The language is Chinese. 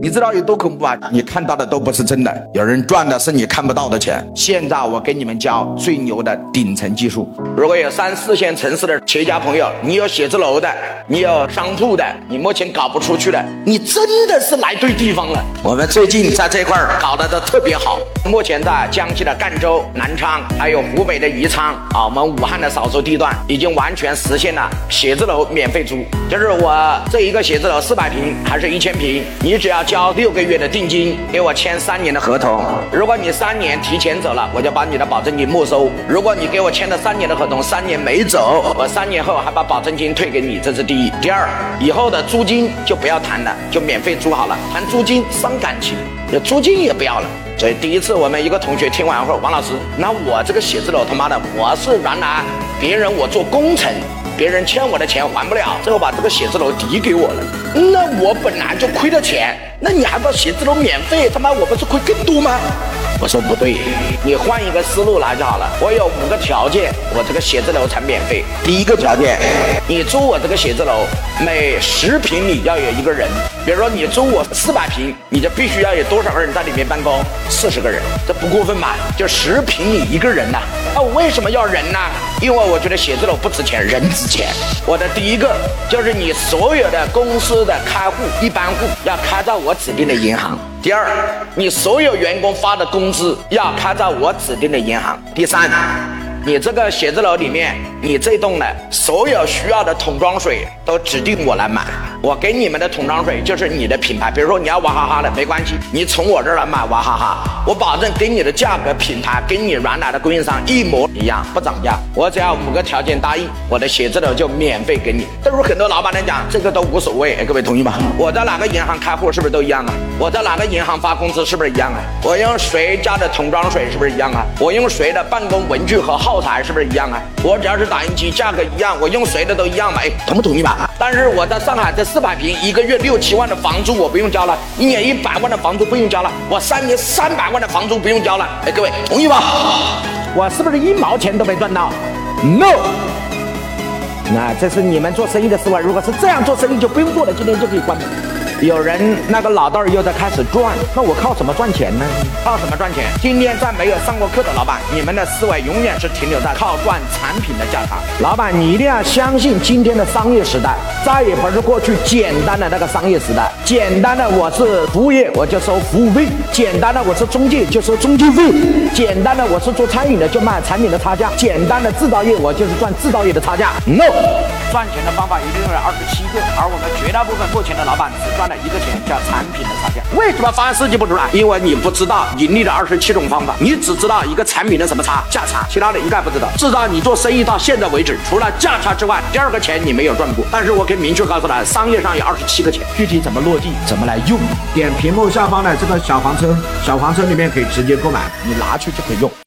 你知道有多恐怖啊？你看到的都不是真的，有人赚的是你看不到的钱。现在我给你们教最牛的顶层技术。如果有3、4线城市的企业家朋友，你有写字楼的，你有商铺的，你目前搞不出去的，你真的是来对地方了。我们最近在这块搞得都特别好。目前在江西的赣州、南昌，还有湖北的宜昌啊，我们武汉的少数地段，已经完全实现了写字楼免费租。就是我这一个写字楼400平还是1000平，你只要交6个月的定金，给我签3年的合同。如果你3年提前走了，我就把你的保证金没收。如果你给我签了3年的合同，3年没走，我3年后还把保证金退给你，这是第一。第二，以后的租金就不要谈了，就免费租好了。谈租金伤感情，租金也不要了。所以第一次我们一个同学听完后，王老师，那我这个写字楼他妈的，我是原来别人我做工程，别人欠我的钱还不了，最后把这个写字楼抵给我了，那我本来就亏了钱，那你还把写字楼免费，他妈我不是亏更多吗？我说不对，你换一个思路来就好了。我有5个条件，我这个写字楼才免费。第一个条件，你租我这个写字楼，每10平米要有1个人。比如说你租我400平，你就必须要有多少个人在里面办公？40个人，这不过分吧？就10平米1个人呐。我为什么要人呢？因为我觉得写字楼不值钱，人值钱。我的第一个就是你所有的公司的开户、一般户要开在我指定的银行。第二，你所有员工发的工资要开在我指定的银行。第三，你这个写字楼里面，你这栋的所有需要的桶装水都指定我来买。我给你们的桶装水就是你的品牌，比如说你要娃哈哈的没关系，你从我这儿来买娃哈哈，我保证给你的价格品牌跟你原来的供应商一模一样，不涨价。我只要5个条件答应，我的写字楼就免费给你。但是很多老板来讲，这个都无所谓。各位同意吗？我在哪个银行开户是不是都一样啊？我在哪个银行发工资是不是一样啊？我用谁家的桶装水是不是一样啊？我用谁的办公文具和耗材是不是一样啊？我只要是打印机价格一样，我用谁的都一样嘛？同不同意吧？但是我在上海这400平，1个月6、7万的房租我不用交了，1年100万的房租不用交了，我3年300万的房租不用交了。各位同意吧？我是不是1毛钱都没赚到 ？No。那这是你们做生意的思维，如果是这样做生意就不用做了，今天就可以关门。有人那个老道又在开始赚，那我靠什么赚钱呢？靠什么赚钱？今天在没有上过课的老板，你们的思维永远是停留在靠赚产品的价差。老板，你一定要相信今天的商业时代，再也不是过去简单的那个商业时代。简单的我是服务业，我就收服务费；简单的我是中介，就收中介费；简单的我是做餐饮的，就卖产品的差价；简单的制造业，我就是赚制造业的差价。No， 赚钱的方法一定有27个，而我们绝大部分目前的老板只赚了1个钱，叫产品的差价。为什么方案设计不出来？因为你不知道盈利的27种方法，你只知道一个产品的什么差，价差，其他的一概不知道。至少你做生意到现在为止，除了价差之外，第2个钱你没有赚过。但是我可以明确告诉他，商业上有27个钱，具体怎么落地，怎么来用，点屏幕下方的这个小黄车里面可以直接购买，你拿去就可以用。